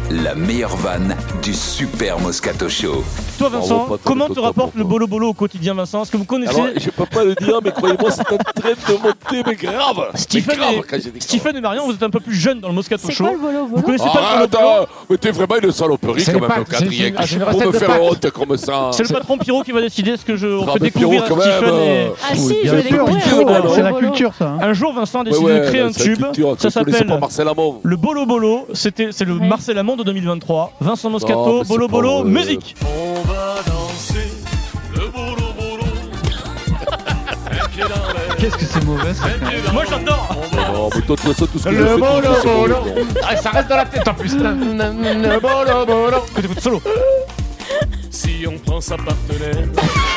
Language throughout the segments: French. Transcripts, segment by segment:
la meilleure vanne du Super Moscato Show. Toi Vincent, Bravo, comment te rapporte le bolo bolo au quotidien Vincent? Est-ce que vous connaissez? Alors, je peux pas le dire, mais croyez-moi, c'est en train de monter, mais grave. Stephen et Marion, vous êtes un peu plus jeunes dans le Moscato Show. C'est quoi le bolo Vous bolo? connaissez pas le bolo bolo? Attends, mais t'es vraiment une saloperie C'est quand les même, pâtes, Adrien, c'est une pour recette me de faire pâtes. honte comme ça. C'est le patron Pierrot qui va décider ce que on Ah, fait mais découvrir Pierrot, à quand même, Stephen et... Ah si, je bien vais sûr, découvrir. Pierrot, le bolo C'est la bolo. culture, ça. Hein. Un jour Vincent a décidé de créer un tube, ça s'appelle Marcel Amont. le Bolo Bolo, c'est le Ouais. Marcel Amont de 2023. Vincent Non, Moscato, mais c'est Bolo pas Bolo, vrai. musique. On va danser le bolo bolo. Un pied dans l'air, Qu'est-ce que c'est mauvais, ça. un pied dans Moi j'adore. On va Non, mais toi, de toute façon, tout ce que Le je fais, bolo, c'est bolo. bon. Ah, ça reste dans la tête en plus. Le bolo bolo. Écoute, solo. Si on prend sa partenaire,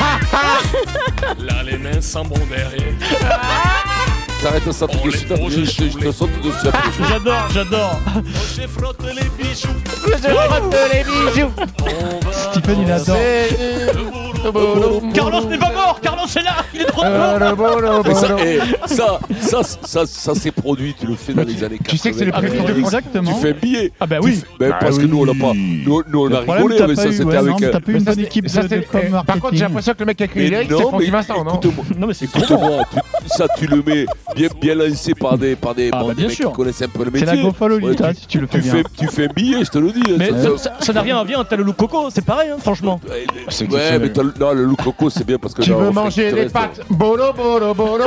là les mains s'en vont derrière. T'arrêtes ça, tout de suite, je te saute dessus après. J'adore. J'ai frotté les bijoux. Je frotte les bijoux. On va Stephen, il adore. Le bolo. Carlos n'est pas mort, Carlos est là, il est trop fort. Le bolo Mais bolo. ça s'est produit, tu le fais dans les années 80. Tu sais que c'est le préfixe de France. Exactement. Tu fais un billet. Ah bah oui. Parce que nous, on l'a pas. Nous, on a Le problème, rigolé, t'as mais pas ça, eu, c'était ouais, avec. non, t'as pas eu une bonne équipe Ça, de c'est- com marketing. Par contre, j'ai l'impression que le mec qui a écrit les lyrics, c'est non, Francky mais Vincent, non? écoute-moi, Non mais c'est trop bon. écoute-moi, ça, tu le mets bien lancé par des bah, des bien mecs sûr. qui connaissent un peu le C'est métier. la Gonfalolita, Ouais, si tu le fais bien. Tu fais un billet, je te le dis. Mais Ça- ça n'a rien à voir, t'as le look coco, c'est pareil, hein, franchement. Ouais, mais non, le loup coco, c'est bien parce que. Tu non, veux en fait, manger tu les restes- pâtes? Bolo bolo bolo.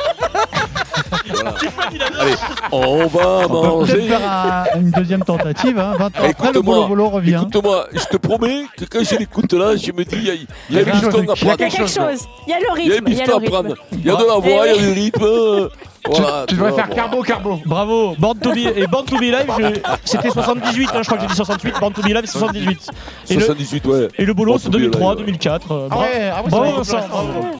Allez, on va On peut manger. peut-être faire une deuxième tentative. Hein. 20 ans après, le Écoute-moi, bolo bolo revient. Écoute-moi, je te promets que quand je l'écoute là, je me dis, il y a Il y a un quelque chose, bifton à il y a prendre. Il y a quelque chose. Il y a le Il y a un rythme. Il y a bifton le à rythme. prendre. Il y a de la voix, il y a du rythme. Voilà, Tu devrais vois, faire bon. carbo. Bravo, Born to Be et Born to Be Live, c'était 78, hein, je crois que j'ai dit 68, Born to Be Live c'est 78. Et 78, ouais. le bolo Born c'est to Be 2003, Alive, ouais. 2004. Ah ouais, Bravo c'est Vincent, bravo.